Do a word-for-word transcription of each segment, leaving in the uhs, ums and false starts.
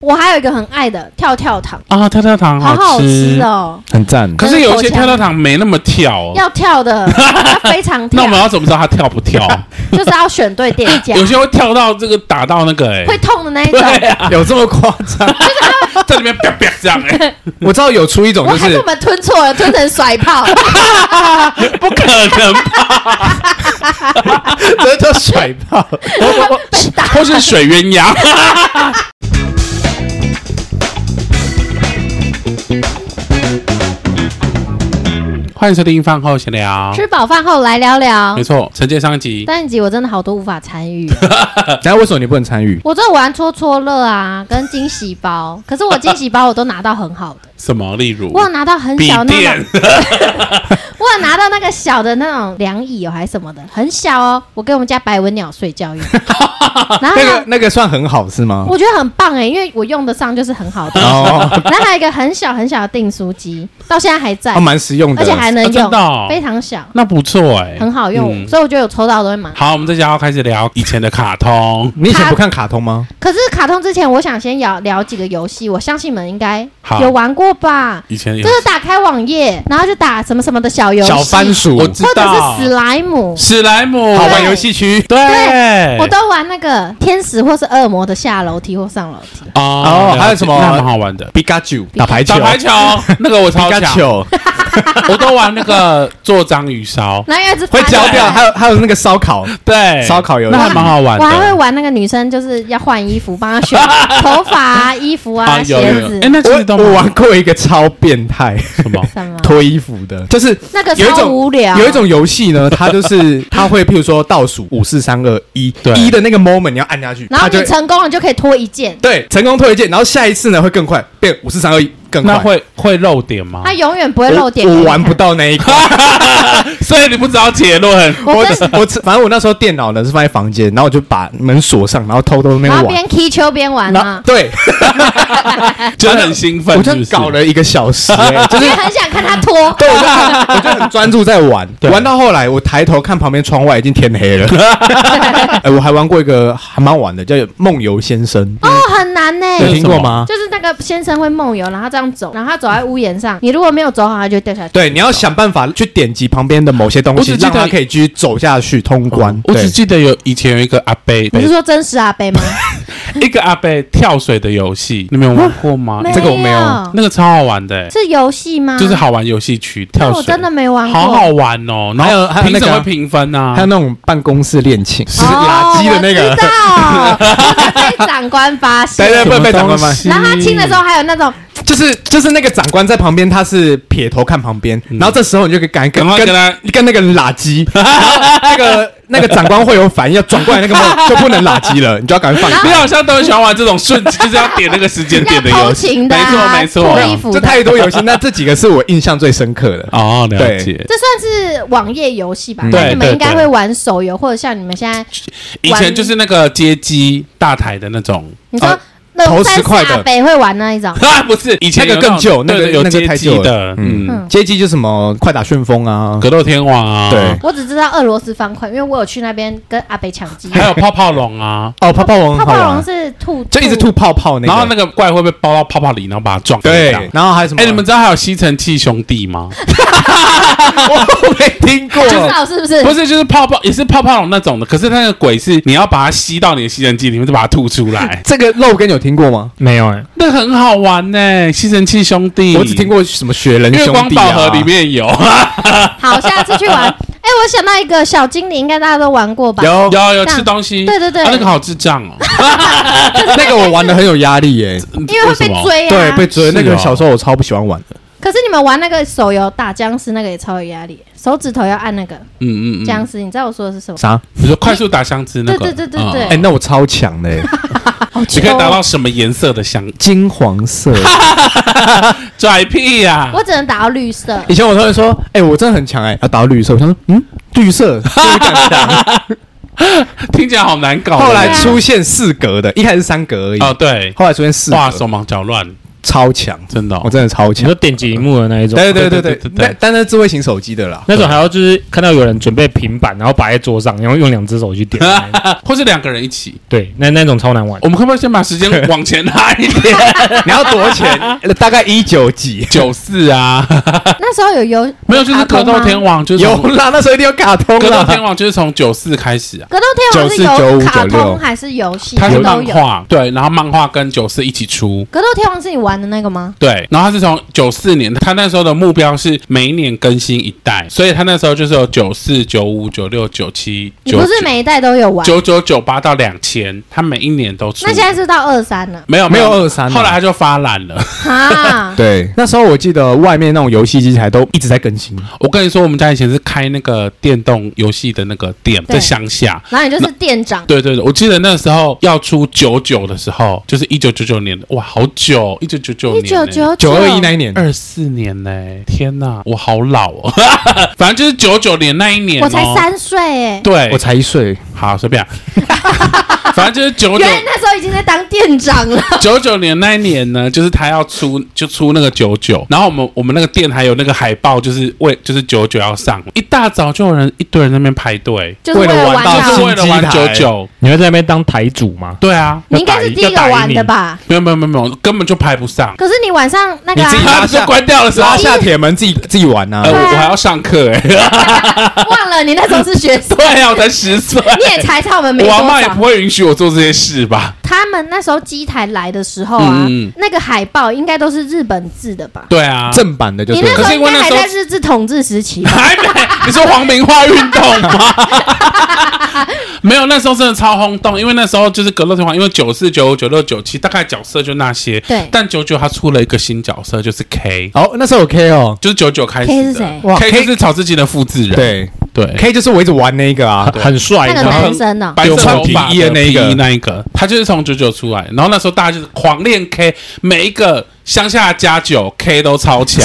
我还有一个很爱的跳跳糖啊，跳跳糖好好吃哦， 很赞。 可是有一些跳跳糖没那么跳， 要跳的，它非常跳。 那我们要怎么知道它跳不跳？ 就是要选对店家。 有些会跳到这个打到那个哎、欸， 会痛的那一种。 啊、 有这么夸张？ 在里面啪啪这样哎、欸。 我知道有出一种就是， 我还是我们吞错了，吞成甩炮。 不可能吧？ 这叫甩炮， 或是水鸳鸯。欢迎收听饭后闲聊， 吃饱饭后来聊聊。 没错，承接上一集， 上一集我真的好多无法参与。 那为什么你不能参与？ 我这玩戳戳乐啊，跟惊喜包，可是我惊喜包我都拿到很好的。 什么？例如， 我有拿到很小那种，我有拿到那个小的那种凉椅哦，还是什么的，很小哦。我给我们家白文鸟睡觉用。然后那个那个算很好是吗？ 我觉得很棒哎，因为我用得上就是很好的。哦、然后还有一个很小很小的订书机，到现在还在， 哦，蛮实用的， 而且还能用， 哦、 非常小， 那不错哎， 很好用、嗯，所以我觉得有抽到都会买。 好，我们这家要开始聊以前的卡通。 你以前不看卡通吗？ 可是卡通之前，我想先聊聊几个游戏，我相信你们应该有玩过吧？ 以前就是打开网页，然后就打什么什么的小游戏， 小番薯， 我知道， 或者是史莱姆， 史莱姆好玩游戏区， 对， 对，我都玩那个天使或是恶魔的下楼梯或上楼梯。 哦， 还有什么？ 那蛮好玩的， 皮卡丘打排球， 打排球那个我超强，我都玩那个做章鱼烧， 然后一直会焦掉，还有还有那个烧烤， 对， 烧烤游戏那还蛮好玩的。 我还会玩那个女生就是要换衣服，帮她选头发啊、衣服啊、啊鞋子。 哎，那其实都我玩过一个超变态， 什么什么脱衣服的，就是那个超无聊。 有一种游戏呢，它就是它会譬如说倒数五四三二一，一的那个 moment 你要按下去， 然后你成功了就可以脱一件， 对，成功脱一件，然后下一次呢会更快，变五四三二一。 那会会漏点吗？ 他永远不会漏点。 我, 我玩不到那一关， 所以你不知道结论。 我我反正我那时候电脑呢是放在房间，然后我就把门锁上，然后偷偷那边玩， 然后边踢球边玩啊。 对， 就很兴奋， 我就搞了一个小时、欸， 就是很想看他脱。 对，我就很我就很专注在玩，玩到后来我抬头看旁边窗外已经天黑了。哎、欸，我还玩过一个还蛮好玩的，叫梦游先生。 哦，很难呢、欸， 有听过吗？ 就是那个先生会梦游，然后这样走，然后他走在屋檐上，你如果没有走好，他就掉下去。 对，你要想办法去点击旁边的某些东西，让他可以继续走下去通关。 哦、我只记得有以前有一个阿伯， 你是说真实阿伯吗？ 一个阿伯跳水的游戏，你们有玩过吗？ 这个我没有， 那个超好玩的、欸， 是游戏吗？ 就是好玩游戏区跳水， 我真的没玩过， 好好玩哦。然后还有评审会评分啊， 还有那种办公室恋情， 是垃圾的那个， 我知道，被长官发现， 对对，被长官发现。 然后他亲的时候还有那种。 就是就是那个长官在旁边，他是撇头看旁边、嗯，然后这时候你就赶紧跟跟跟他跟那个人拉鸡，然后那个那个长官会有反应，要转过来那个梦就不能拉鸡了，你就要赶快放。 你好像都很喜欢玩这种瞬，就是要点那个时间点的游戏， 没错没错， 脱衣服这太多游戏，那这几个是我印象最深刻的。 哦，了解。 这算是网页游戏吧？ 对， 你们应该会玩手游，或者像你们现在以前就是那个街机大台的那种， 你说。 投十块的， 北会玩那一种啊，不是以前那个更旧，那个有街机的， 嗯，街机就什么快打旋风啊， 格斗天王啊， 对， 我只知道俄罗斯方块，因为我有去那边跟阿北抢机， 还有泡泡龙啊， 哦，泡泡龙， 泡泡龙是吐， 就一直吐泡泡那个， 然后那个怪会被包到泡泡里，然后把它撞， 对，然后还有什么？ 哎，你们知道还有吸尘器兄弟吗？ 我没听过， 知道是不是？ 不是，就是泡泡，也是泡泡龙那种的，可是那个鬼是你要把它吸到你的吸尘器里面，再把它吐出来。 这个肉根有听过吗？ 没有哎、欸， 那很好玩呢、欸，吸尘器兄弟， 我只听过什么雪人兄弟、啊， 月光宝盒里面有。 好，下次去玩。哎、欸，我想到一个小精灵，应该大家都玩过吧？ 有有有吃东西， 对对对， 啊、那个好智障哦。 那个我玩的很有压力耶、欸， 因为会被追啊。 对，被追。那个小时候我超不喜欢玩的。 可是你们玩那个手游打僵尸，那个也超有压力，手指头要按那个， 嗯嗯僵尸，你知道我说的是什么？ 啥？ 你说快速打箱子那个？ 对对对对对。 哎、嗯欸，那我超强的、欸， 你可以打到什么颜色的箱？ 金黄色。 拽屁呀、啊！ 我只能打到绿色。 以前我同学说，哎、欸，我真的很强哎、欸，要打到绿色。我想说，嗯，绿色就是更强。 听起来好难搞。 后来出现四格的，一开始是三格而已。 哦，对。 后来出现四格。 哇，手忙脚乱。 超强， 真的、哦， 我真的超强。 你说点击荧幕的那一种， 对对对对对对对对但但是智慧型手机的啦， 那种还要就是看到有人准备平板，然后摆在桌上，然后用两只手去点， 或是两个人一起。 对，那那种超难玩。 我们可不可以先把时间往前拉一点？ 你要多钱？大概一九几？ 九四啊， 那时候有游没有，就是格斗天王，就是有从啦，那时候一定有卡通格斗啦。 天王就是从九四开始啊。 格斗天王是九四九五有卡九六通还是游戏？ 它是都有。 漫画，对，然后漫画跟九四一起出。 格斗天王是你玩的那个吗？ 对，然后他是从九四年，他那时候的目标是每一年更新一代，所以他那时候就是有九四、九五、九六、九七、 你不是每一代都有玩？ 九九、九八到两千，他每一年都出。 那现在是到二三了？ 没有没有二三啊后来他就发懒了。 啊， 对，那时候我记得外面那种游戏机台都一直在更新。 我跟你说，我们家以前是开那个电动游戏的那个店， 对在乡下。 然后你就是店长。 对对对，我记得那时候要出九九的时候，就是一九九九年的，哇，好久，一九九九年， 一九九九二一那一年， 二四年呢，天哪，我好老哦。反正就是九九年那一年、哦， 我才三岁哎。 对， 我才一岁。 好随便、啊。反正就是九九原，来那时候已经在当店长了。 九九年那一年呢，就是他要出就出那个九九，然后我们我们那个店还有那个海报，就是为就是九九要上，一大早就有人一堆人在那边排队， 就是为了玩到为了玩到就是为了玩九九。 你会在那边当台主吗？ 对啊， 你应该是第一个玩的吧？ 没有没有没有没有，根本就排不上。 可是你晚上那个、 你自己啊、 他不是关掉的时候拉，下铁门自己自己玩啊呃，。我我还要上课哎、 忘了你那时候是学生， 对啊，我才十岁， 你也才差我们没我多阿妈也少。 不会允许我做这些事吧？ 他们那时候机台来的时候啊， 嗯嗯那个海报应该都是日本字的吧？ 对啊， 正版的就你对了。 那时候应该还可是因为那时候在日治统治时期吧？ 还没？你说黄明化运动吗？没有，那时候真的超轰动，因为那时候就是格斗天王，因为九四、九五、九六、九七大概角色就那些， 对但九九他出了一个新角色，就是 K， 哦，那时候有 K 哦， 就是九九开始的。 K 是谁哇 K K 就是草之吉的复制人。 对对， ，K 就是我一直玩那个啊。 很很帅， 那个然后男生哦， 白色穿头发皮衣的那一个 P E 那一个，他就是从九九出来，然后那时候大家就是狂练 K，每一个乡下加九 K 都超强。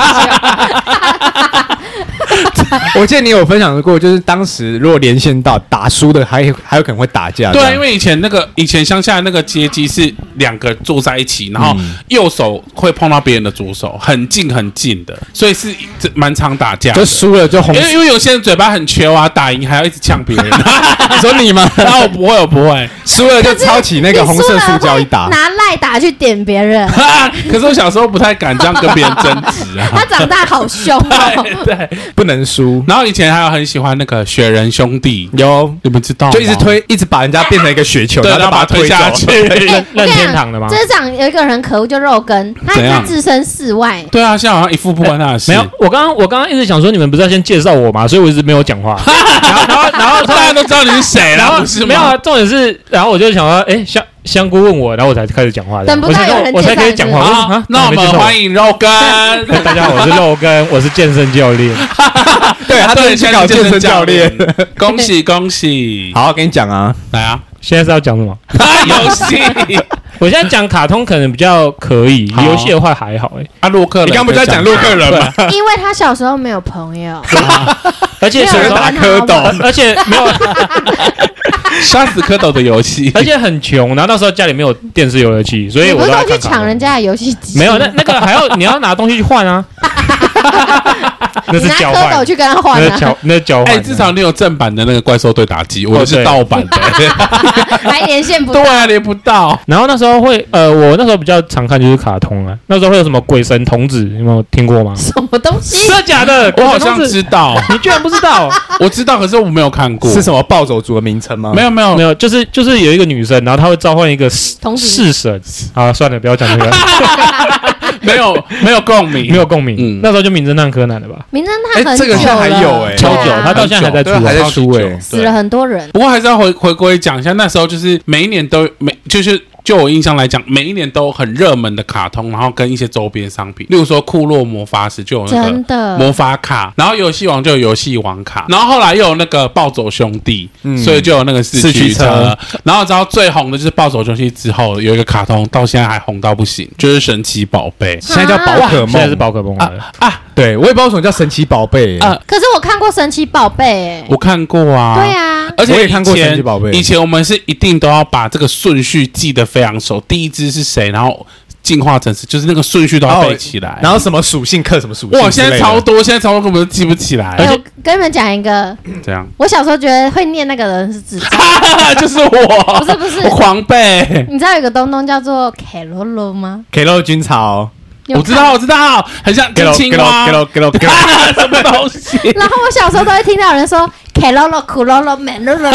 我记得你有分享过，就是当时如果连线到打输的还，还有可能会打架。 对啊， 这样因为以前那个以前乡下那个街机是两个坐在一起，然后右手会碰到别人的左手，很近很近的，所以是这蛮常打架的。 就输了就红因。为因为有些人嘴巴很缺啊，打赢还要一直呛别人。 你说你吗？ 然后我不会，我不会。 输了就抄起那个红色塑胶一打。 拿赖打去点别人。 可是我小时候不太敢这样跟别人争执啊。 他长大好凶哦。 对对。 不能输。 然后以前还有很喜欢那个雪人兄弟， 有， 你们知道吗？ 就一直推，一直把人家变成一个雪球， 对， 然后再然后把它推推走。 下去。 任任天堂的吗？ 这场有一个人很可恶，就肉根，他怎样他置身事外。 对啊，现在好像一副不关他的事。 没有，我刚刚我刚刚一直想说，你们不是要先介绍我吗？所以我一直没有讲话。然后然后然后大家都知道你是谁了， 然后不是吗？ 没有啊，重点是，然后我就想说，哎，香香菇问我，然后我才开始讲话。 等不到我才有人我才可以讲话。我说好啊， 那我们欢迎。 迎肉根。 大家好，我是肉根，我是健身教练。 对，他对去搞健身教练。 恭喜恭喜！ 好，跟你讲啊， 来啊， 现在是要讲什么？ 游戏我现在讲卡通可能比较可以， 好游戏的话还好哎。 啊，洛克人， 你刚不是在讲洛克人吗？ 因为他小时候没有朋友， 而且没有人打跟蝌蚪他玩。 而且没有， 杀死蝌蚪的游戏， 而且很穷，然后那时候家里没有电视游乐器，所以你不是我都都去抢人家的游戏机？ 没有，那那个还要你要拿东西去换啊，那你是交拿蝌蚪换， 去跟他换啊， 那是交那是交换哎， 的。 至少你有正版的那个怪兽对打机，我的是盗版的。 还连线不到对。啊，连不到。 然后那时候会呃，我那时候比较常看就是卡通啊，那时候会有什么鬼神童子，有没有听过吗？ 什么东西？ 真的假的？ 我好像鬼神童子知道， 你居然不知道？ 我知道，可是我没有看过。 是什么暴走族的名称吗？ 没有没有没有，就是就是有一个女生，然后她会召唤一个侍童子侍神。啊，算了，不要讲这个， 没有没有共鸣， 没有共鸣。 嗯那时候就名侦探柯南了吧？ 名侦哎探很久了， 这个现在还有哎超久， 对啊他到现在还在出对啊，还在超级久出哎。 死了很多人。 不过还是要回回归讲一下，那时候就是每一年都每就是就我印象来讲，每一年都很热门的卡通，然后跟一些周边商品，例如说库洛魔法使就有那个真的魔法卡，然后游戏王就有游戏王卡，然后后来又有那个暴走兄弟， 嗯所以就有那个四四驱驱车车， 然后知道最红的就是暴走兄弟之后有一个卡通到现在还红到不行，就是神奇宝贝现在叫宝可梦， 现在是宝可梦了。 啊对，我也不知道为什么叫神奇宝贝欸。 啊！ 可是我看过神奇宝贝，哎， 我看过啊， 对啊， 而且我也看过以前神奇宝贝以前我们是一定都要把这个顺序记得非常熟，第一只是谁，然后进化程式，就是那个顺序都要背起来。 然后什么属性克什么属性？ 哇，现在超多，现在超多根本都记不起来。 哎、我跟你们讲一个， 这样， 我小时候觉得会念那个人是智障， 就是我， 不是不是， 我狂背。 你知道有个东东叫做 Keroro 吗 ？Keroro 军曹。 我知道，我知道，很像跟青蛙，什么东西？ 然后我小时候都会听到有人说 “Keroro Kuroro Menoro”，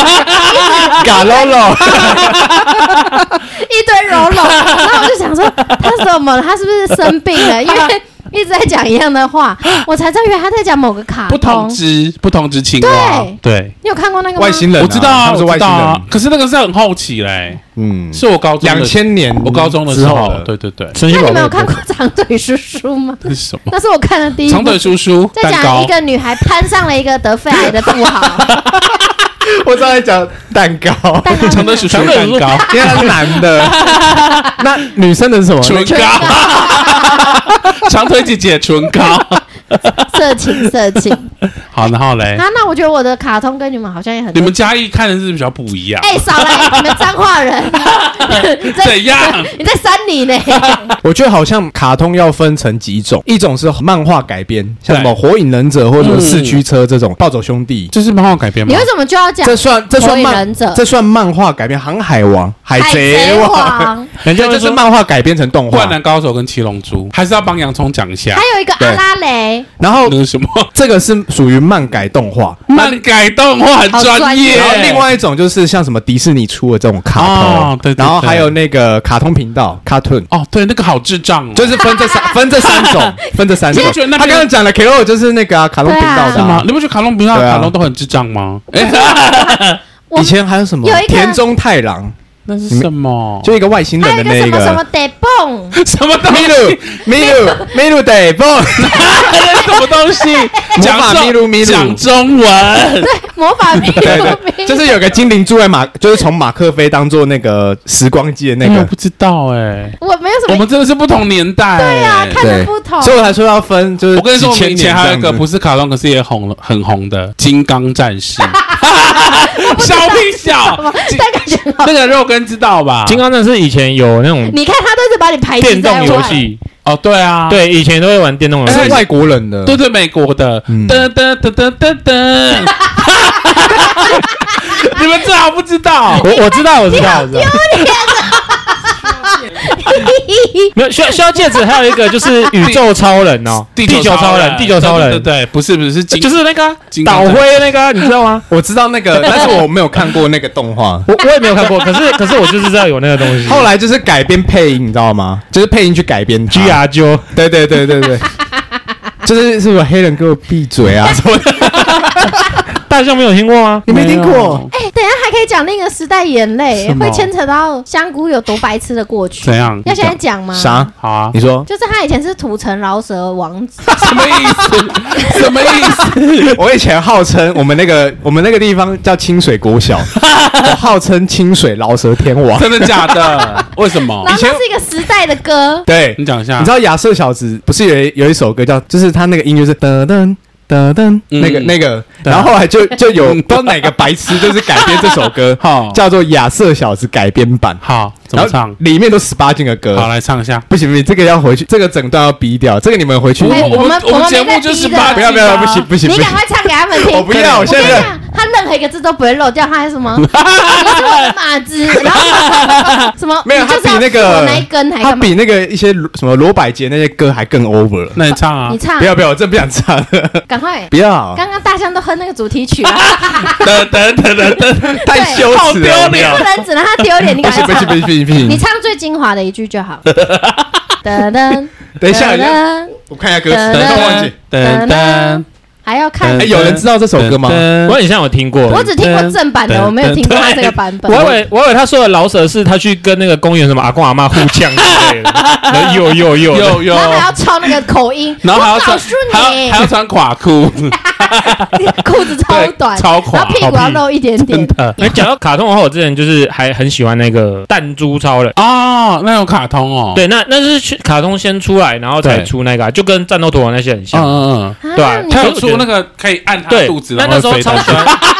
Garoro， 一堆柔柔，然后我就想说他怎么了？他是不是生病了？因为一直在讲一样的话，我才知道原来他在讲某个卡通。 不同只不同只青蛙，对对。 你有看过那个吗？ 外星人、啊， 我知道啊， 他们是外星人、 啊。可是那个是很后期嘞，嗯，是我高中两千年， 我高中的时候，对对对。 那你们有看过长腿叔叔吗？ 那是什么？ 那是我看的第一部。 长腿叔叔在讲一个女孩攀上了一个得肺癌的富豪。 我正在讲蛋糕， 长腿叔叔蛋糕， 因为他是男的。那女生的是什么？ 唇膏。长腿姐姐唇膏。 色情色情。 好，然后嘞？ 啊，那我觉得我的卡通跟你们好像也很…… 你们嘉义看的是比较不一样。 哎、欸，少来！你们彰化人， 怎样？ 你在山里呢？ 我觉得好像卡通要分成几种，一种是漫画改编，像什么《火影忍者》或者四驱车这种，《暴走兄弟》 这是漫画改编吗？ 你为什么就要讲？ 这算这算漫这算漫画改编，《航海王》《海贼王》，人家就是漫画改编成动画，《 灌篮高手》跟《七龙珠》，还是要帮洋葱讲一下。 还有一个阿拉蕾， 然后那是什么？ 这个是属于漫改动画， 漫改动画很专业。 然后另外一种就是像什么迪士尼出的这种卡通， 哦、对, 对, 对， 然后还有那个卡通频道 Cartoon， 哦，对，那个好智障、哦， 就是分这三分这三种，分这三种。他刚刚讲的 K O 就是那个、啊、卡通频道的、啊， 吗？你不觉得卡通频道、啊、卡通都很智障吗？ 以前还有什么田中太郎？ 那是什么？ 就一个外星人的那个什么得蹦， 什么东西？ 米鲁米鲁得蹦， 什么东西？ 讲米鲁米鲁讲中文， 对，魔法米鲁， 就是有个精灵住在马，就是从马克飞当做那个时光机的那个， 我不知道哎， 我没有什么， 我们真的是不同年代， 对呀，看的不同， 所以我才说要分，就是我跟你说，我们以前还有一个不是卡通，可是也红了，很红的《金刚战士》。笑屁笑，那个肉根知道吧？ 金刚战士以前有那种， 你看他都是把你排电动游戏哦，对啊， 对，以前都会玩电动游戏， 是外国人的， 对对，美国的，噔噔噔噔噔噔，你们最好不知道， 我我知道，我知道，我知道。没有需要需要戒指，还有一个就是宇宙超人哦， 地球超人，地球超人， 对对，不是不是是就是那个导灰那个，你知道吗？ 我知道那个，但是我没有看过那个动画， 我我也没有看过，可是可是我就是知道有那个东西。 后来就是改编配音，你知道吗？就是配音去改编 G R 九， 对对对对对，就是是不是黑人给我闭嘴啊什么的。 大象没有听过吗？ 你没听过？ 哎、欸，等一下还可以讲那个时代眼泪，会牵扯到香菇有多白痴的过去。 怎样？ 要现在讲吗？ 啥？ 好啊， 你说。 就是他以前是土城饶舌王子， 什么意思？什么意思？ 我以前号称我们那个我们那个地方叫清水国小，我号称清水饶舌天王。 真的假的？为什么？ 以前是一个时代的歌。 对， 你讲一下。 你知道亚瑟小子不是有有一首歌叫，就是他那个音乐是噔噔。噔噔，那个那个，然后后来就就有不知道哪个白痴就是改编这首歌，叫做《亚瑟小子》改编版。 好，怎么唱？ 里面都十八禁的歌。 好，来唱一下。 不行不行，这个要回去，这个整段要逼掉。这个你们回去。 我们我们我们节目就十八禁。 不要不要不行不行， 你赶快唱给他们听。 我不要，我现在他任何一个字都不会漏掉，他还什么？你是我的马子，然后什么？ 没有，他比那个那一根还他比那个一些什么罗百杰那些歌还更 over。 那你唱啊！ 你唱。 不要不要，我真不想唱。 赶快。 不要。 刚刚大象都哼那个主题曲啊！ 噔噔噔噔噔， 太羞耻了， 你不能只能他丢脸，你赶快唱。 不行不行不行不行， 你唱最精华的一句就好。噔噔， 等一下，我看一下歌词，等一下忘记。 噔噔。 还要看， 哎，有人知道这首歌吗？ 我很像有听过， 我只听过正版的，我没有听过他这个版本。 我以为我以为他说的老舍是他去跟那个公园什么阿公阿嬷互呛之类的，有有有有有， 然后还要抄那个口音， 然后还要穿， 还要穿垮裤， 裤子超短， 超垮， 然后屁股要露一点点。 哎，讲到卡通的话，我之前就是还很喜欢那个弹珠超人哦，那种卡通哦， 对，那那是卡通先出来，然后才出那个，就跟战斗陀螺那些很像， 嗯嗯嗯，对， 他有出那个可以按他肚子， 那那时候超喜欢，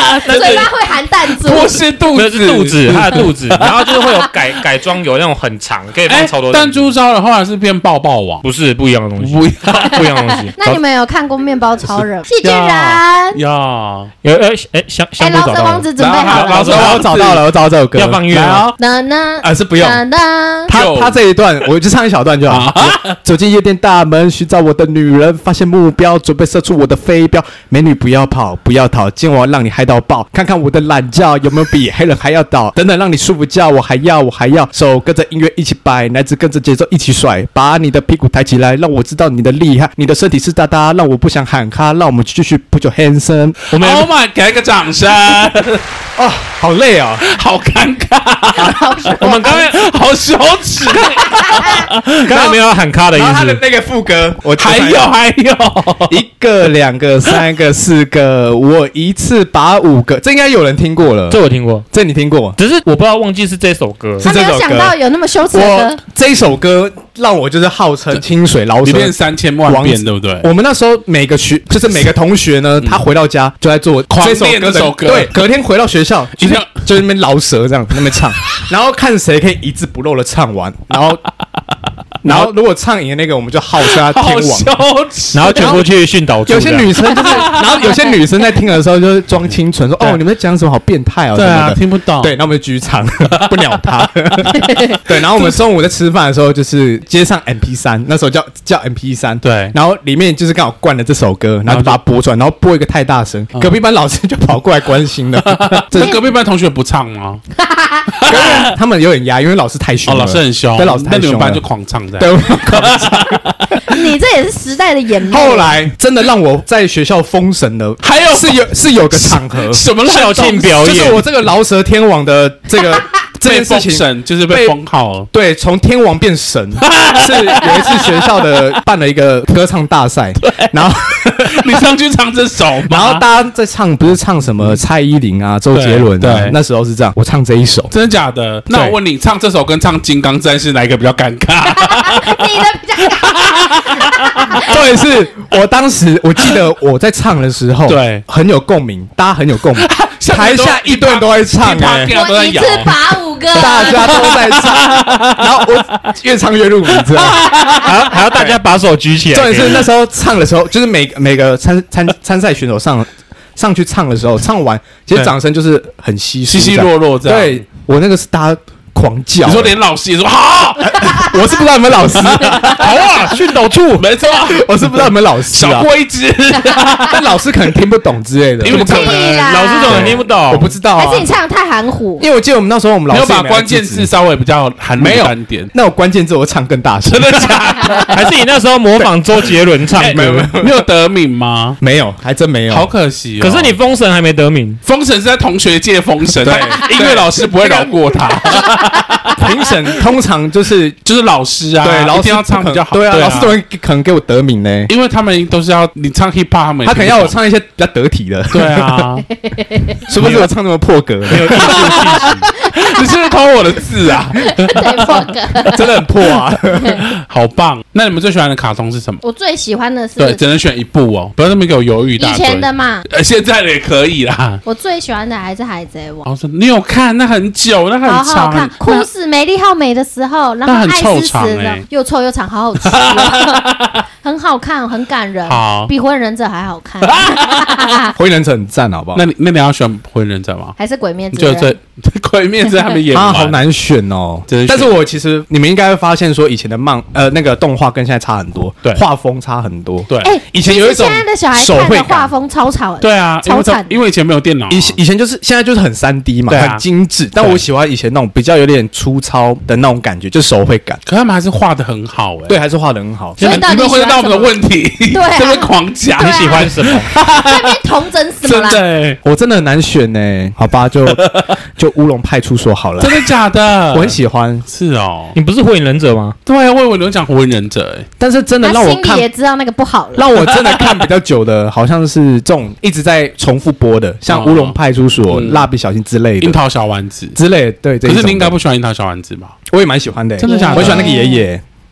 嘴巴会含弹珠， 不是肚子， 是肚子，他的肚子，然后就是会有改改装，有那种很长，可以放超多。 弹珠烧的后来是变爆爆王， 不是不一样的东西， 不一样不一样的东西。 那你们有看过面包超人？细菌人呀， 有呃哎香香哎，老蛇王子准备好了， 老师，我找到了，我找到这首歌， 要放音乐吗？ 呢呢啊，是不用。他有他这一段，我就唱一小段就好。走进夜店大门，寻找我的女人，发现目标，准备射出我的飞镖。美女不要跑，不要逃，今晚让你嗨到爆，看看我的懒觉有没有比黑人还要倒。等等，让你睡不觉，我还要，我还要，手跟着音乐一起摆，奶子跟着节奏一起甩，把你的屁股抬起来，让我知道你的厉害，你的身体是大大，让我不想喊卡，让我们继续 put your hands up。 我们 Oh my， 给个掌声。 哦，好累啊， 好尴尬。 我们刚才好羞耻。 刚才没有喊卡的意思。 他的那个副歌，我还有还有一个、两个、三个、四个，我一次把五个，这应该有人听过了。 这我听过， 这你听过？ 只是我不知道忘记是这首歌。 他没有想到有那么羞耻的歌。 这一首歌让我就是号称清水老手， 里面三千万遍，对不对？ 我们那时候每个学，就是每个同学呢，他回到家就在做这首歌的歌，对，隔天回到学校就就在那边饶舌这样那边唱，然后看谁可以一字不漏的唱完，然后。然后如果唱赢的那个，我们就号称他天王， 然后全部去训导处。 有些女生就是，然后有些女生在听的时候就是装清纯，说：“哦，你们在讲什么？好变态哦！” 对啊，听不懂。 对，那我们就继续唱，不鸟他。对，然后我们中午在吃饭的时候，就是接上 M P 三，那时候叫叫 M P 三。 对， 然后里面就是刚好灌了这首歌，然后就把它播出来，然后播一个太大声，隔壁班老师就跑过来关心了。 这隔壁班同学不唱吗？ 他们有点压，因为老师太凶了。 老师很凶， 对，老师太凶了。 那你们班就狂唱的。 对，狂唱。 你这也是时代的眼泪。 后来真的让我在学校封神了， 还有是有是有个场合， 什么校庆表演， 就是我这个饶舌天王的这个这件事情， 神就是被封号了。 对，从天王变神，是有一次学校的办了一个歌唱大赛，然后你上去唱这首， 然后大家在唱，不是唱什么蔡依林啊、周杰伦啊，那时候是这样，我唱这一首， 真的假的？那我问你，唱这首跟唱《金刚战士》哪一个比较尴尬？ 你的比较尴尬。重点是我当时我记得我在唱的时候， 对， 很有共鸣，大家很有共鸣，台下一堆人都在唱，哎， 我一次把五个， 大家都在唱，然后我越唱越入迷，知道吗？ 还要还要大家把手举起来。 重点是那时候唱的时候，就是每每个参参参赛选手上上去唱的时候，唱完其实掌声就是很稀稀稀落落这样。 对我那个是大家狂叫， 你说连老师也说好， 我是不知道有没有老师，好啊，训导处没错， 我是不知道有没有老师， 少过一只， 但老师可能听不懂之类的， 因为可能老师怎么听不懂？ 我不知道， 还是你唱的太含糊？ 因为我记得我们那时候我们老师把关键字稍微比较含没有点， 那我关键字我唱更大声， 真的假的？ 还是你那时候模仿周杰伦唱歌？ 你有得名吗？ 没有，还真没有， 好可惜。 可是你封神还没得名， 封神是在同学界封神， 对， 音乐老师不会饶过他。 评审通常就是就是老师啊， 对，老师要唱比较好， 对啊，老师怎么可能给我得名呢？ 因为他们都是要你唱 hip hop， 他们他可能要我唱一些比较得体的， 对啊， 是不是我唱那么破格，没有艺术气息？ 你是不是偷我的字啊？ 对，破格， 真的很破啊， 好棒！那你们最喜欢的卡通是什么？ 我最喜欢的是， 对，只能选一部哦，不要那么给我犹豫。 以前的嘛， 呃，现在的也可以啦。 我最喜欢的还是海贼王。 哦，你有看？那很久，那很长， 好好看。哭死美丽浩美的时候，然后爱死死的，又臭又长，好好吃，很好看，很感人， 好， 比火影忍者还好看。 火影忍者很赞，好不好？ 那你那你要选火影忍者吗？ 还是鬼灭之刃？ 就这鬼灭之刃他们演啊，好难选哦。但是我其实你们应该会发现说，以前的漫呃那个动画跟现在差很多， 对， 画风差很多。 对， 哎， 以前有一种现在的小孩看的画风超吵， 对啊， 超惨， 因为以前没有电脑， 以以前就是现在就是很三 D 嘛，很精致。但我喜欢以前那种比较有点粗糙的那种感觉，就手绘感。 可他们还是画的很好哎， 对，还是画的很好。 所以你们回答我们的问题， 对， 这边狂讲你喜欢什么？ 这边童真什么啦？ 真的， 我真的很难选呢。好吧，就就乌龙派出所好了。 真的假的？ 我很喜欢。 是哦， 你不是火影忍者吗？ 对啊，我以为你有讲火影忍者哎， 但是真的让我看， 心里也知道那个不好了。 让我真的看比较久的，好像是这种一直在重复播的，像乌龙派出所、蜡笔小新之类的， 樱桃小丸子之类的。对， 可是你应该不喜欢樱桃小丸子吧？ 我也蛮喜欢的。 真的假的？ 我喜欢那个爷爷。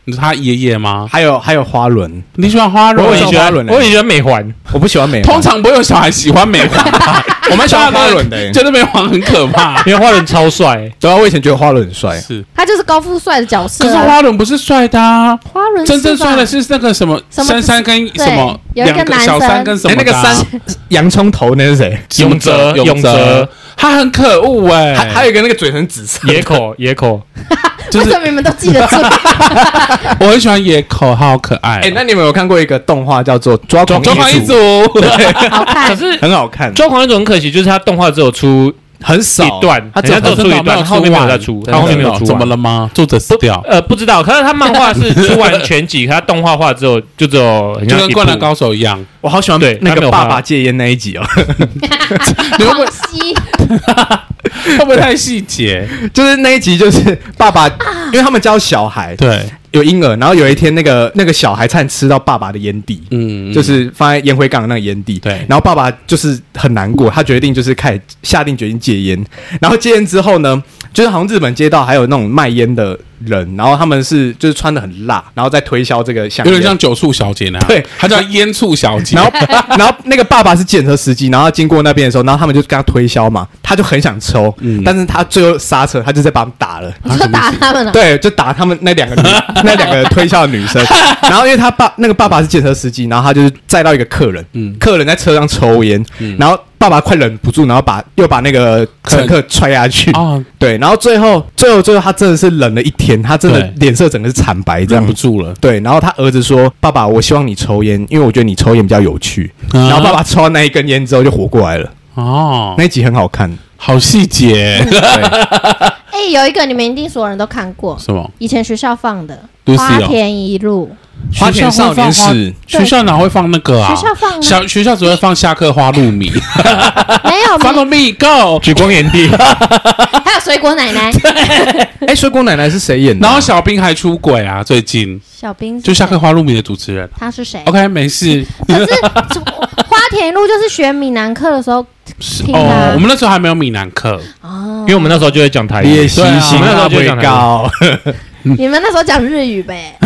你是他爷爷吗？ 还有还有花轮， 你喜欢花轮？ 我也喜欢，我也喜欢美环， 我不喜欢美环。 通常不会有小孩喜欢美环吧？ 我蛮喜欢花轮的、欸， 觉得美环很可怕， 因为花轮超帅。 对啊，我以前觉得花轮很帅， 是他就是高富帅的角色、啊。 可是花轮不是帅的啊， 花轮真正帅的是那个什么珊珊跟什么有一个男生小三跟什么、啊欸、那个三洋葱头那是谁？ 永泽，永泽， 他很可恶哎、欸， 还还有一个那个嘴很紫色， 野口，野口。 就是、为什么你们都记得住？ 我很喜欢野口，好可爱、喔。 哎、欸，那你们有看过一个动画叫做《抓狂抓狂一族》？ 对， 好看， 可是很好看。 抓狂一族很可惜，就是它动画只有出很少一段， 它只有出一段，后面没有再出，它后面没有出。 怎么了吗？作者死掉？ 呃，不知道。可是它漫画是出完全集，它动画化之后就只有就跟《灌篮高手》一样。 我好喜欢对那个爸爸戒烟那一集哦。 你会不会吸？ 会不会太细节？ 就是那一集，就是爸爸，因为他们教小孩， 对， 有婴儿，然后有一天那个那个小孩差点吃到爸爸的烟蒂，嗯，就是放在烟灰缸的那个烟蒂， 对， 然后爸爸就是很难过，他决定就是开始下定决心戒烟，然后戒烟之后呢，就是好像日本街道还有那种卖烟的人，然后他们是就是穿得很辣，然后再推销这个香烟， 有点像酒醋小姐那样， 对， 他叫烟醋小姐， 然后然后那个爸爸是计程车司机，然后经过那边的时候，然后他们就跟他推销嘛，他就很想抽，嗯，但是他最后刹车，他就在把他们打了， 你说打他们了？ 对，就打他们那两个女那两个推销的女生，然后因为他爸那个爸爸是计程车司机，然后他就是载到一个客人，嗯，客人在车上抽烟，嗯，然后爸爸快忍不住，然后把又把那个乘客踹下去，哦，对，然后最后最后最后他真的是忍了一天，他真的脸色整个是惨白，这样忍不住了， 对，然后他儿子说：“爸爸，我希望你抽烟，因为我觉得你抽烟比较有趣。啊”然后爸爸抽完那一根烟之后就活过来了。哦，那一集很好看， 好细节。 哎、欸，有一个你们一定所有人都看过， 什么？ 以前学校放的 《 花田一路》。 花田少年史， 学校哪会放那个啊？ 学校放， 小学校只会放下课花露米， 没有 Follow me go， 举光原地， 还有水果奶奶。 哎、欸，水果奶奶是谁演的、 啊？然后小兵还出轨啊，最近小兵就下课花露米的主持人， 他是谁 ？OK， 没事。 可是花田一路就是学闽南课的时候听啊。 哦，我们那时候还没有闽南课哦，因为我们那时候就会讲台语， 也行行， 那时候就会讲高。 你们那时候讲日语呗，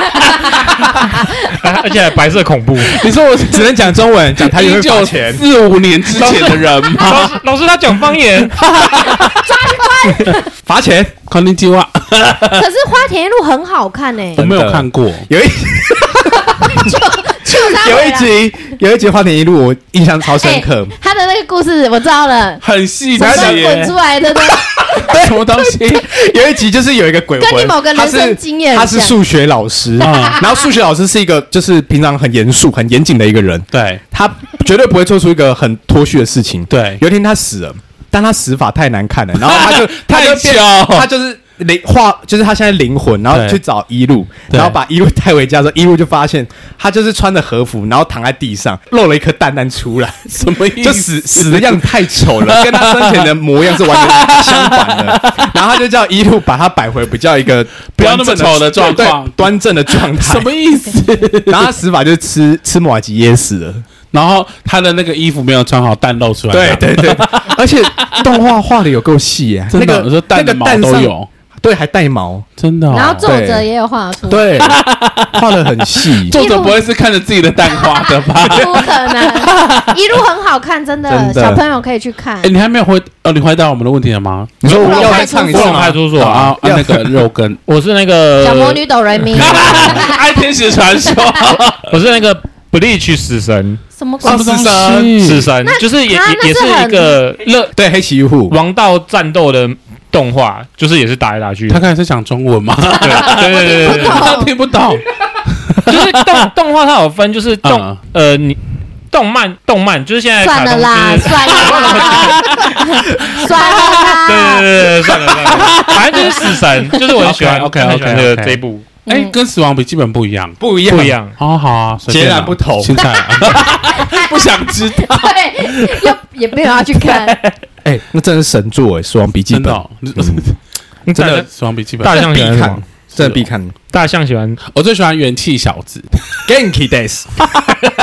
而且还白色恐怖。 你说我只能讲中文，讲台语会罚钱？ 四五年之前的人吗？ 老师，老师他讲方言， 抓去关， 罚钱。 肯定计划。 可是花田一路很好看诶、欸， 我没有看过。 有一就就有一集有一集花田一路，我印象超深刻。 欸、他的那个故事我知道了， 很细节， 滚出来的对。 什么东西？ 有一集就是有一个鬼魂， 跟你某个人生经验， 他是数学老师，嗯、然后数学老师是一个就是平常很严肃、很严谨的一个人， 对， 他绝对不会做出一个很脱序的事情。 对， 有一天他死了，但他死法太难看了，然后他就太巧， 他就是灵化，就是他现在灵魂，然后去找一路，然后把一路带回家之后，一路就发现他就是穿着和服，然后躺在地上，露了一颗蛋蛋出来， 什么意思？ 就死死的样子太丑了，跟他生前的模样是完全相反的。然后他就叫一路把他摆回比较一个不要那么丑的状况， 端正的状态。 什么意思？ 然后他死法就是吃吃麻糬噎死了。 然后他的那个衣服没有穿好，蛋露出来。 对对对，而且动画画的有够细耶， 那个我说蛋的毛都有。 对，还带毛， 真的、哦。 然后作者也有画出， 对，画得很细。 作者不会是看着自己的蛋画的吧？ 不可能，一路很好看，真的，真的小朋友可以去看。 哎，你还没有回哦？你回答我们的问题了吗？ 你说我要再唱一次吗？ 派出所啊，那个肉羹， 我是那个小魔女哆瑞咪， 爱天使传说， 我是那个 Bleach 死神。 什么鬼？ 死神， 死神就是也也是一个热对黑崎一护王道战斗的动画，就是也是打来打去。 他刚才在讲中文吗？ 对对对对对， 他听不懂。 就是动动画它有分，就是动呃你动漫动漫就是现在算了啦，算了啦，算了啦， 对对对对，算了算了，反正就是死神，就是我很喜欢 OK OK OK 的这一部。 哎，跟死亡笔记本不一样， 不一样， 不一样。 哦，好啊， 截然不同。 现在不想知道， 对，又也没有要去看。 哎，那真的是神作哎，死亡笔记本， 真的死亡笔记本， 大象喜欢看， 真的必看。 大象喜欢， 我最喜欢元气小子 ，Genki Days。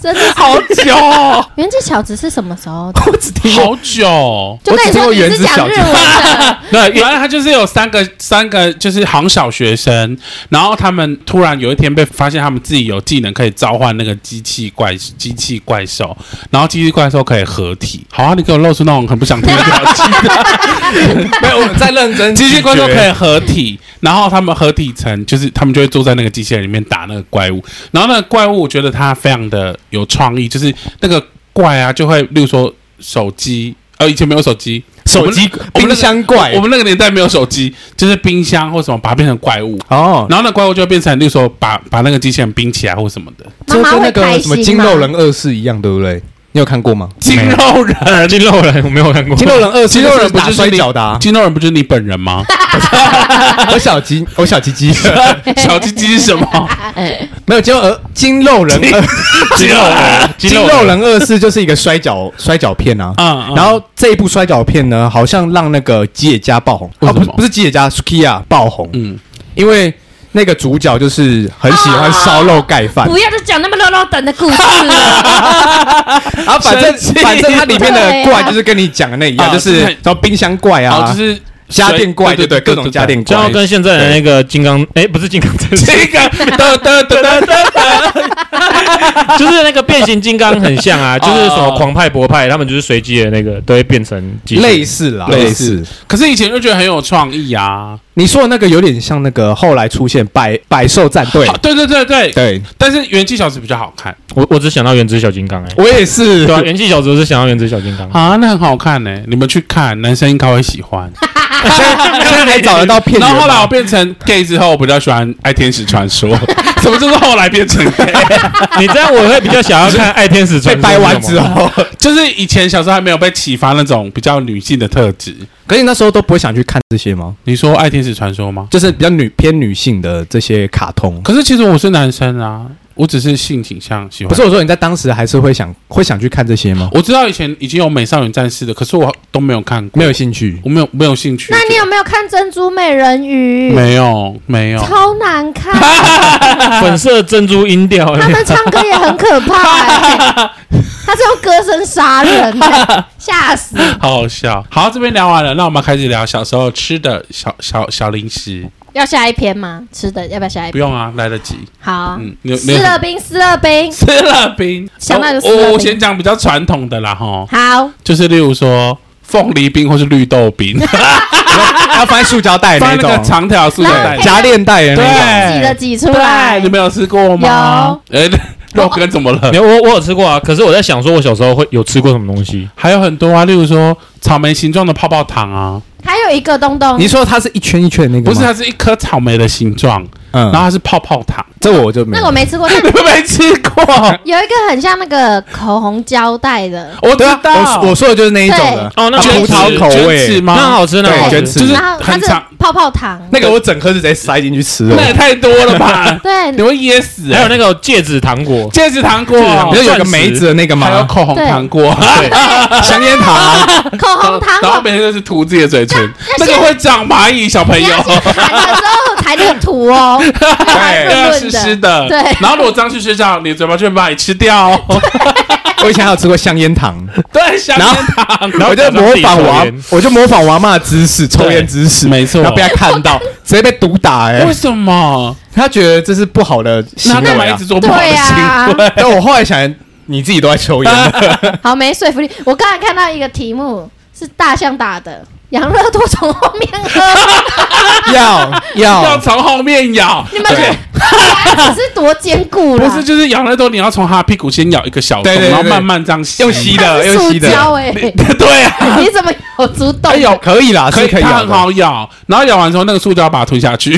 真的好久哦， 元气小子是什么时候？ 我只听过好久。 就跟你说你是讲日文的， 对，原来他就是有三个三个就是好像小学生，然后他们突然有一天被发现他们自己有技能可以召唤那个机器怪机器怪兽，然后机器怪兽可以合体。好啊，你给我露出那种很不想听的表情。 没有，我在认真。 机器怪兽可以合体，然后他们合体成就是他们就会坐在那个机器人里面打那个怪物，然后那个怪物我觉得它非常的有创意，就是那个怪啊就会例如说手机，呃以前没有手机， 手机冰箱怪， 我们那个年代没有手机，就是冰箱或什么把它变成怪物哦， 然后那怪物就会变成例如说把把那个机器人冰起来或什么的， 就跟那个什么筋肉人二世一样，对不对？你有看过吗？ 筋肉人， 筋肉人我没有看过。 筋肉人二， 筋肉人不打就是你摔跤的啊？ 筋肉人不就是你本人吗？ 我小鸡，我小鸡鸡， 小鸡鸡是什么？ 没有筋肉筋肉人二， 筋肉人， 筋肉人二世就是一个摔跤摔跤片啊。嗯，然后这一部摔跤片呢，好像让那个吉野家爆红。哦，不是不是吉野家 ，Sukiya 爆红。嗯，因为。那个主角就是很喜欢烧肉盖饭， 不要再讲那么肉肉等的故事了。 然后反正反正它里面的怪就是跟你讲的那一样，就是什么冰箱怪啊， 就是家电怪，对对，各种家电怪， 就要跟现在的那个金刚，哎，不是金刚战士， 这个得得得得得， 就是那个变形金刚很像啊，就是什么狂派博派，他们就是随机的那个都会变成类似啦，类似。 可是以前就觉得很有创意啊。 你说的那个有点像那个后来出现百百兽战队， 对对对对对， 但是元气小子比较好看。 我我只想到原子小金刚，哎， 我也是， 对啊，元气小子我是想到原子小金刚啊，那很好看呢，你们去看，男生应该会喜欢。 现在还找得到片源。 然后后来我变成 gay 之后，我比较喜欢《爱天使传说》。什么就是后来变成 gay？ 你这样我会比较想要看《爱天使传说》。 被掰完之后， 就是以前小时候还没有被启发那种比较女性的特质。 可是你那时候都不会想去看这些吗？ 你说《爱天使传说》吗？ 就是比较女偏女性的这些卡通。 可是其实我是男生啊。我只是性倾向喜欢， 不是我说你在当时还是会想会想去看这些吗？ 我知道以前已经有美少女战士的，可是我都没有看过， 没有兴趣， 我没有没有兴趣。 那你有没有看珍珠美人鱼？ 没有，没有， 超难看， 粉色珍珠音调， 他们唱歌也很可怕、欸，他是用歌声杀人、欸，吓死， 好好笑。好，这边聊完了，那我们开始聊小时候吃的小小小零食。 要下一篇吗？吃的要不要下一篇？ 不用啊，来得及。 好，嗯，斯乐冰，斯乐冰， 斯乐冰， 想到就斯乐冰。 我我先讲比较传统的啦，哈。 好， 就是例如说凤梨冰或是绿豆冰， 要放在塑胶袋那种， 放那个长条塑胶袋、 夹链袋的那种，挤的挤出来。 你们有吃过吗？有。哎，肉羹怎么了？ 没有，我我有吃过啊。可是我在想，说我小时候会有吃过什么东西？ 还有很多啊，例如说草莓形状的泡泡糖啊。 还有一个东东， 你说它是一圈一圈的那个吗？ 不是，它是一颗草莓的形状，嗯，然后它是泡泡糖， 这我就没， 那个我没吃过， 你们没吃过？ 有一个很像那个口红胶带的， 我知道， 我我说的就是那一种的， 哦，那葡萄口味吗？ 那好吃，那好吃， 就是很长泡泡糖， 那个我整颗是直接塞进去吃的，那也太多了吧？ 对， 你会噎死。 还有那个戒指糖果， 戒指糖果， 不是有个梅子的那个吗？ 还有口红糖果， 香烟糖， 口红糖果， 然后每天都是涂自己的嘴唇，那个会长蚂蚁，小朋友。 喊的时候才能涂哦， 对，要湿湿的。 对， 然后如果脏兮兮这样，你的嘴巴就会把你吃掉。 我以前还有吃过香烟糖， 对，香烟糖， 然后我就模仿我，我就模仿我妈的姿势，抽烟姿势， 没错， 然后被他看到，直接被毒打。哎， 为什么？ 他觉得这是不好的行为， 那干嘛一直做不好的行为？ 但我后来想，你自己都在抽烟， 好没说服力。我刚才看到一个题目是大象打的。养乐多从后面喝， 要要要从后面咬， 你们牙齿是多坚固了？ 不是，就是养乐多，你要从他屁股先咬一个小洞，然后慢慢这样吸， 用吸的，用吸的。 哎， 对啊， 你怎么有主动？ 有可以啦， 可以，它很好咬，然后咬完之后，那个塑胶把它吞下去，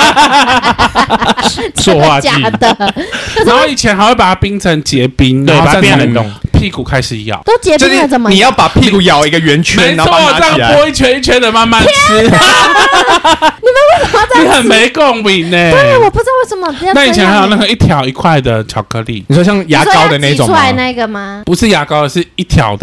塑化剂。 假的。 然后以前还会把它冰成结冰， 然后再变冷冻， 屁股开始咬， 都结冰了怎么？ 你要把屁股咬一个圆圈，然后把它拿起来， 剥一圈一圈的慢慢吃。你们为什么这样？ 你很没共鸣呢。 对，我不知道为什么。 那以前还有那个一条一块的巧克力， 你说像牙膏的那种吗？ 挤出来那个吗？ 不是牙膏，是一条的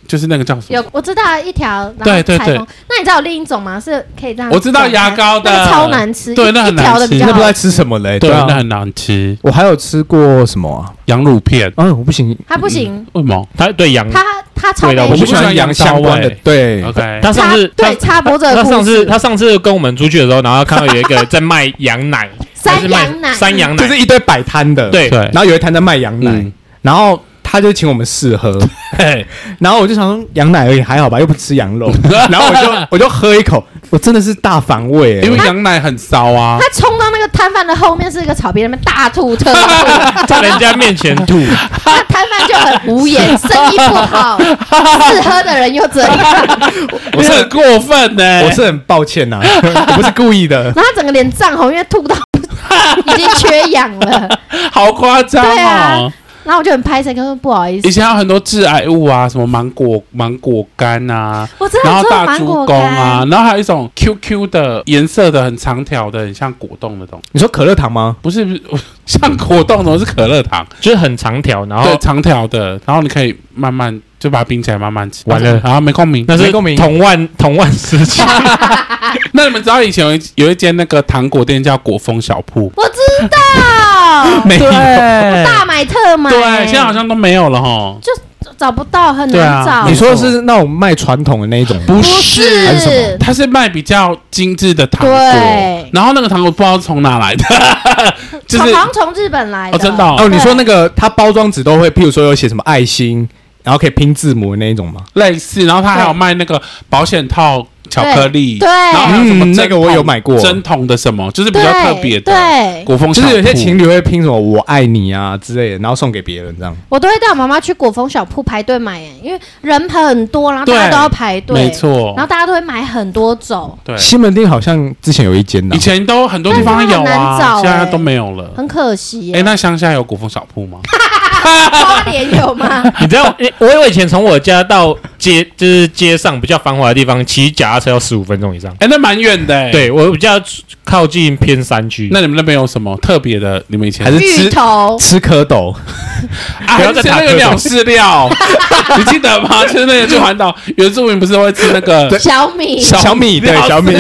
就是那个叫什么？ 有我知道一条，然后对对对裁缝。那你知道有另一种吗？是可以这样？ 我知道牙膏的， 那个超难吃， 对，那很难吃， 那不知道吃什么嘞？ 对，那很难吃。 我还有吃过什么啊？ 羊乳片， 嗯，我不行， 它不行， 为什么？ 他对羊， 他他超味道， 我不喜欢羊相关的。对 ，OK。 他上次对插脖子， 他上次他上次跟我们出去的时候，然后看到有一个在卖羊奶， 山羊奶， 山羊奶， 就是一堆摆摊的， 对对。然后有一摊在卖羊奶，然后他就请我们试喝，然后我就想说羊奶而已还好吧，又不吃羊肉，然后我就我就喝一口，我真的是大反胃， 因为羊奶很骚啊。 他冲到那个摊贩的后面是一个草坪，那边大吐特吐， 在人家面前吐， 那摊贩就很无言，生意不好，试喝的人又怎样？ 我是很过分呢， 我是很抱歉呐，我不是故意的。 然后他整个脸涨红，因为吐到已经缺氧了， 好夸张哦。 然后我就很拍谁，跟说不好意思。 以前有很多致癌物啊，什么芒果芒果干啊， 我知道， 然后大猪公啊，然后还有一种 Q Q 的颜色的很长条的，很像果冻的东西。 你说可乐糖吗？ 不是不是，像果冻的是可乐糖， 就是很长条，然后对长条的，然后你可以慢慢就把它冰起来，慢慢吃。 完了， 啊，没共鸣， 那是同万同万时期。 那你们知道以前有一有一间那个糖果店叫果风小铺？ 我知道， 没有， 大买特买， 对，现在好像都没有了哈， 就找不到，很难找。 啊、你说的是那种卖传统的那一种？ 不是， 还是什么？ 它是卖比较精致的糖果， 对。 然后那个糖果不知道从哪来的， 就是好像从日本来的。 哦，真的哦。 哦，你说那个它包装纸都会，譬如说有写什么爱心，然后可以拼字母的那一种吗？ 类似，然后它还有卖那个保险套。巧克力， 对， 然后还有什么、嗯、 那个我有买过， 针筒的什么，就是比较特别的， 对， 果风就是有些情侣会拼什么我爱你啊之类的，然后送给别人这样。 我都会带我妈妈去果风小铺排队买，因为人很多，然后大家都要排队， 没错， 然后大家都会买很多种。 对， 西门町好像之前有一间的， 以前都很多地方有啊， 欸、 现在都没有了， 很可惜、 欸。哎、欸，那乡下有果风小铺吗？ 花莲有吗？ 你知道，我我以前从我家到街，就是街上比较繁华的地方，骑脚踏车要十五分钟以上。 哎、欸，那蛮远的、欸。 对，我比较靠近偏山区。 那你们那边有什么特别的？你们以前还是吃头吃蝌蚪？ 啊，不要再打那个鸟饲料，你记得吗？就是那个去环岛原住民不是会吃那个小米？ 小米对小米。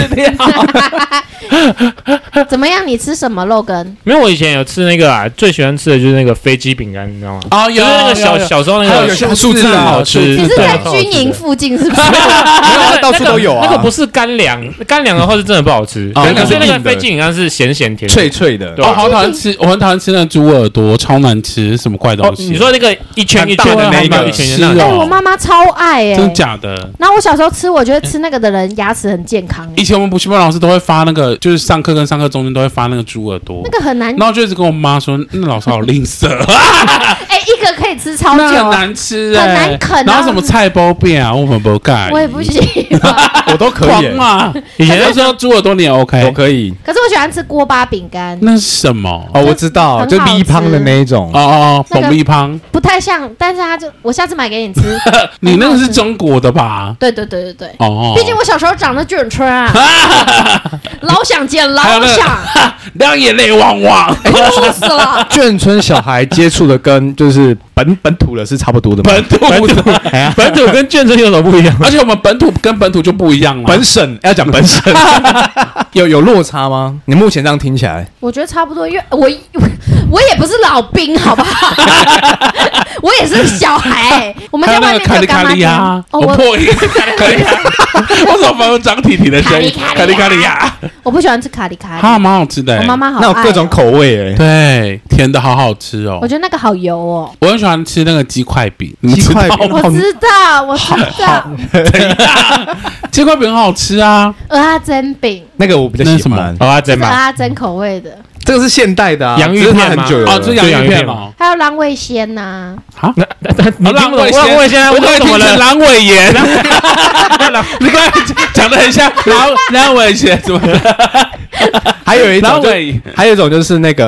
怎么样？你吃什么肉羹？ 没有，我以前有吃那个啊，最喜欢吃的就是那个飞机饼干，你知道吗？ 哦，有那个小小时候那个数字很好吃。 你是在军营附近是不是？ 没有，到处都有啊。 那个不是干粮，干粮的话是真的不好吃。可是那个飞机饼干是咸咸甜脆脆的。 我好讨厌吃，我很讨厌吃那个猪耳朵，超难吃，什么怪东西？ 你说那个一圈一圈的那个，一圈一圈的，我妈妈超爱哎， 真的假的？ 然后我小时候吃，我觉得吃那个的人牙齿很健康。 以前我们补习班老师都会发那个，就是上课跟上课中间都会发那个猪耳朵， 那个很难。 然后就一直跟我妈说，那老师好吝啬。 哎，一个可以吃超久， 很难吃， 很难啃。 然后什么菜包变啊，我们不干， 我也不喜欢，我都可以嘛。以前都说猪耳朵你也 OK， 我可以。 可是我喜欢吃锅巴饼干， 那是什么？ 哦，我知道，就米汤的那一种。 哦哦，爆米汤不太像，但是它就我下次买给你吃。 你那个是中国的吧？ 对对对对对。 哦， 毕竟我小时候长得卷春啊，老想见老想， 两眼泪汪汪， 哭死了。 眷村小孩接触的跟就是本本土的是差不多的吗？ 本土的， 本土跟眷村有什么不一样？ 而且我们本土跟本土就不一样了。 本省要讲本省，有有落差吗？你目前这样听起来， 我觉得差不多，因为我我也不是老兵，好不好？我也是小孩。我们在外面就有干妈店啊，我破音，卡利卡，我怎么发出张体体的声音？卡利卡利呀！ 我不喜欢吃卡利卡利， 它蛮好吃的。 我妈妈好， 那有各种口味哎， 对，甜的好好吃哦。 我觉得那个好油哦。 我很喜欢吃那个鸡块饼， 鸡块饼我知道，我知道。 鸡块饼很好吃啊。 蚵仔煎饼， 那个我比较喜欢。 蚵仔煎嘛， 蚵仔煎口味的。 这个是现代的啊， 洋芋片很久哦，这洋芋片哦， 还有狼尾鲜呐。 好， 你狼尾鲜， 狼尾鲜， 我可以听成狼尾盐。你刚才讲的很像狼狼尾鲜，怎么？ 还有一种，还有一种就是那个，因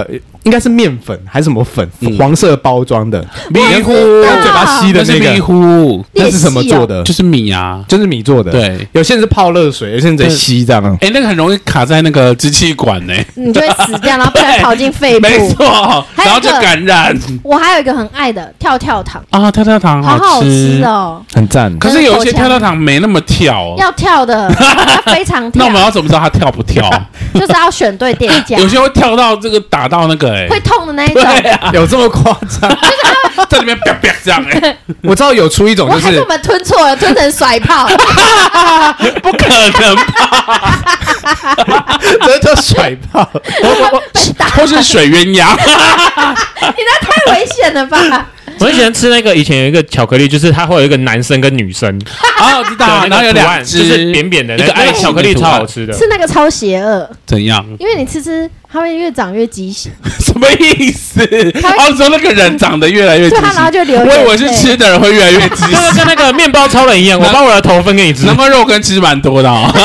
应该是面粉还是什么粉， 嗯黄色包装的， 迷糊， 用嘴巴吸的那是迷那个， 糊， 那是什么做的？ 就是米啊， 就是米做的。 对， 有些人是泡热水，有些人在吸这样。 哎，那个很容易卡在那个支气管呢， 你就会死掉，然后不然跑进肺部。 没错，然后就感染。 我还有一个很爱的跳跳糖啊，跳跳糖好好吃吃哦， 很赞。 可是有一些跳跳糖没那么跳， 要跳的，要非常跳。 那我们要怎么知道它跳不跳？ 就是要选对店家。 有些会跳到这个打到那个哎， 会痛的那一种。 有这么夸张？ 在里面啪啪这样哎， 我知道有出一种就是， 我还是我们吞错了，吞成甩炮， 不可能吧？ 这叫甩炮， 或是水鸳鸯？ 你那太危险了吧？ 我很喜欢吃那个，以前有一个巧克力，就是它会有一个男生跟女生， 啊，我知道，然后有两只， 就是扁扁的， 一个爱巧克力超好吃的。 吃那个超邪恶， 怎样？ 因为你吃吃，它会越长越畸形。 什么意思？哦，说那个人长得越来越畸对，它然后形， 就流。 我以为是吃的人会越来越畸形， 就是跟那个面包超人一样，我把我的头分给你吃。 难怪肉跟其实蛮多的哦，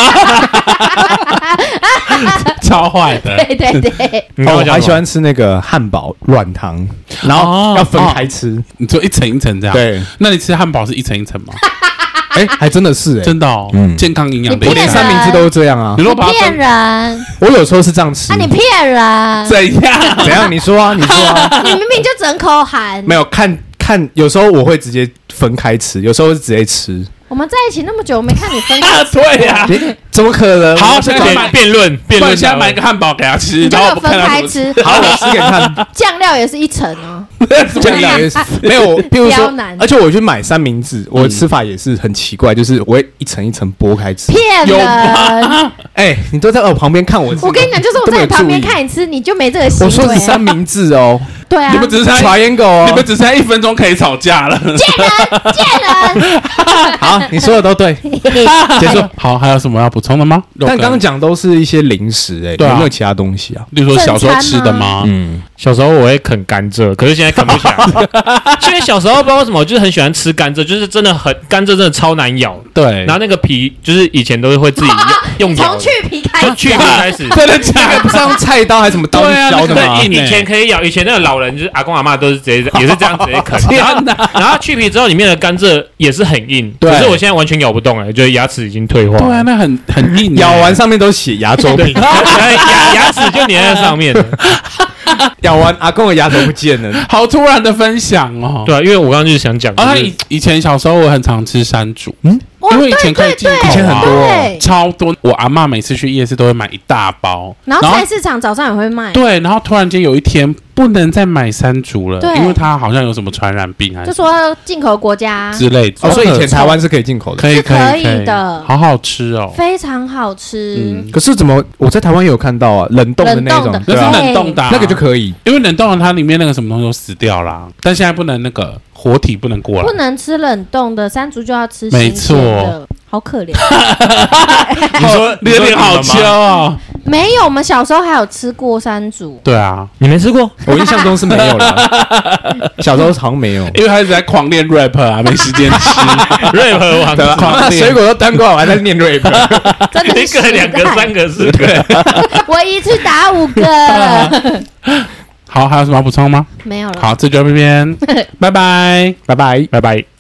超坏的。 对对对， 哦，我还喜欢吃那个汉堡软糖，然后要分开吃。 你说一层一层这样？ 对， 那你吃汉堡是一层一层吗？ 哎，还真的是哎， 真的哦，健康营养的。 我连三明治都是这样啊。 你如果把它骗人， 我有时候是这样吃。 那你骗人？ 怎样？ 怎样？你说啊，你说啊。 你明明就整口含。 没有看看，有时候我会直接分开吃，有时候是直接吃。 我们在一起那么久，我没看你分开。 对呀， 怎么可能？ 好，现在买辩论，辩论， 现在买一个汉堡给他吃， 你就然后分开吃。 好，我吃给你看。 酱料也是一层哦。 酱料也是没有，譬如说，而且我去买三明治，我的吃法也是很奇怪，就是我会一层一层剥开吃。 骗人！ 哎，你都在我旁边看我吃。 我跟你讲，就是我在你旁边看你吃，你就没这个行为。 我说是三明治哦。 对啊， 你们只是 triangle 哦， 你们只剩一分钟可以吵架了。 贱人，贱人。 好，你说的都对。结束。 好，还有什么要补充的吗？ 但刚刚讲都是一些零食，哎，有没有其他东西啊？ 例如说小时候吃的吗？ 嗯，小时候我会啃甘蔗，可是现在啃不起来。因为小时候不知道为什么，我就是很喜欢吃甘蔗，就是真的很甘蔗，真的超难咬。 对， 然后那个皮就是以前都是会自己用咬， 从去皮开始， 从去皮开始， 真的假的？ 不是用菜刀还是什么刀削的吗？ 以前可以咬，以前那个老人就是阿公阿嬷都是直接也是这样直接啃。然后然后去皮之后，里面的甘蔗也是很硬，可是我现在完全咬不动了，觉得牙齿已经退化。 对啊，那很很硬， 咬完上面都写牙周病， 牙牙齿就粘在上面了。 咬完阿公的牙都不见了， 好突然的分享哦。 对啊，因为我刚刚就是想讲， 啊，以以前小时候我很常吃山竹，嗯，因为以前可以进口， 以前很多， 超多。我阿嬷每次去夜市都会买一大包， 然后菜市场早上也会卖。 对，然后突然间有一天不能再买山竹了， 对， 因为它好像有什么传染病还是就说进口国家之类的。 哦，所以以前台湾是可以进口的， 可以可以的， 好好吃哦， 非常好吃。 嗯，可是怎么我在台湾也有看到啊，冷冻的那种， 那是冷冻的， 那个就可以， 因为冷冻的它里面那个什么东西都死掉啦，但现在不能那个活体不能过来， 不能吃冷冻的山竹就要吃没新鲜的， 错， 好可怜。 你说你有点好笑哦。 没有，我们小时候还有吃过山竹。 对啊， 你没吃过？ 我印象中是没有了，小时候好像没有， 因为他一直在狂练 rap 啊，没时间吃 rap 王， 对吧？水果都端过来，我还在念 rap， 真的一个、两个、三个、四个， 我一次打五个。 好，还有什么要补充吗？ 没有了。 好，这就到这边，拜拜， 拜拜， 拜拜。